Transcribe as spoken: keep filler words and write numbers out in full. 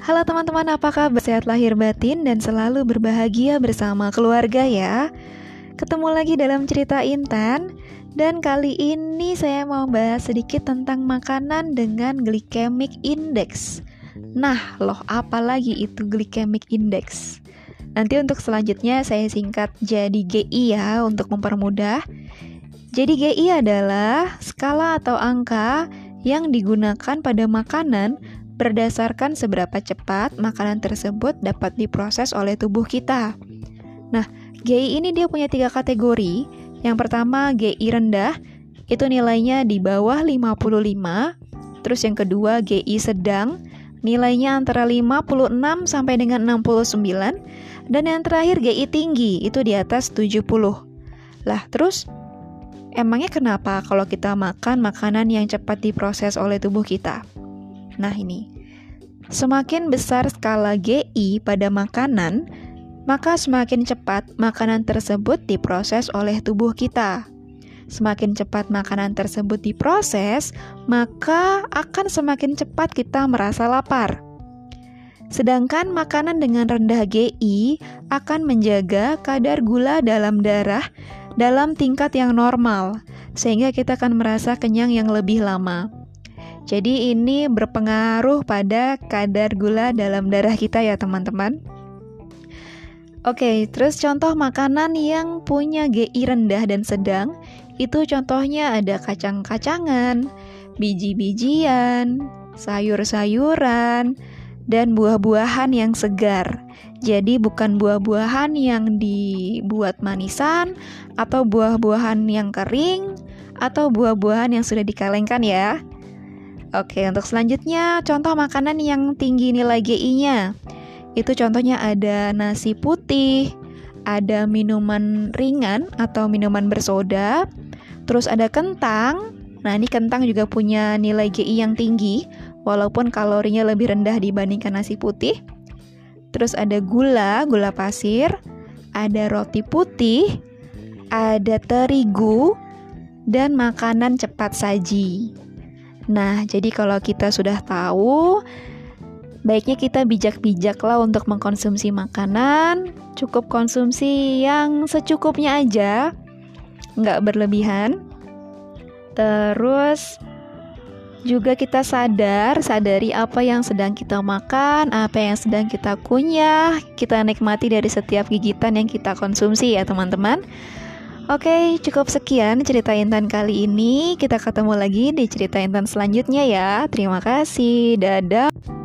Halo teman-teman, apa kabar? Sehat lahir batin dan selalu berbahagia bersama keluarga ya. Ketemu lagi dalam cerita Intan. Dan kali ini saya mau bahas sedikit tentang makanan dengan glycemic index. Nah, loh apa lagi itu glycemic index? Nanti untuk selanjutnya saya singkat jadi G I ya untuk mempermudah. Jadi G I adalah skala atau angka yang digunakan pada makanan berdasarkan seberapa cepat makanan tersebut dapat diproses oleh tubuh kita. Nah, G I ini dia punya tiga kategori. Yang pertama G I rendah, itu nilainya di bawah lima puluh lima. Terus yang kedua G I sedang, nilainya antara lima puluh enam sampai dengan enam puluh sembilan. Dan yang terakhir G I tinggi, itu di atas tujuh puluh. Lah, terus emangnya kenapa kalau kita makan makanan yang cepat diproses oleh tubuh kita? Nah ini, semakin besar skala G I pada makanan, maka semakin cepat makanan tersebut diproses oleh tubuh kita. Semakin cepat makanan tersebut diproses, maka akan semakin cepat kita merasa lapar. Sedangkan makanan dengan rendah G I akan menjaga kadar gula dalam darah dalam tingkat yang normal, sehingga kita akan merasa kenyang yang lebih lama. Jadi ini berpengaruh pada kadar gula dalam darah kita ya teman-teman. Oke, terus contoh makanan yang punya G I rendah dan sedang, itu contohnya ada kacang-kacangan, biji-bijian, sayur-sayuran, dan buah-buahan yang segar. Jadi bukan buah-buahan yang dibuat manisan, atau buah-buahan yang kering, atau buah-buahan yang sudah dikalengkan ya. Oke, untuk selanjutnya contoh makanan yang tinggi nilai G I-nya. Itu contohnya ada nasi putih, ada minuman ringan atau minuman bersoda, terus ada kentang. Nah, ini kentang juga punya nilai G I yang tinggi, walaupun kalorinya lebih rendah dibandingkan nasi putih. Terus ada gula, gula pasir, ada roti putih, ada terigu, dan makanan cepat saji. Nah, jadi kalau kita sudah tahu, baiknya kita bijak-bijaklah untuk mengkonsumsi makanan. Cukup konsumsi yang secukupnya aja, nggak berlebihan. Terus juga kita sadar, sadari apa yang sedang kita makan, apa yang sedang kita kunyah. Kita nikmati dari setiap gigitan yang kita konsumsi ya teman-teman. Oke, cukup sekian cerita Intan kali ini. Kita ketemu lagi di cerita Intan selanjutnya ya. Terima kasih, dadah.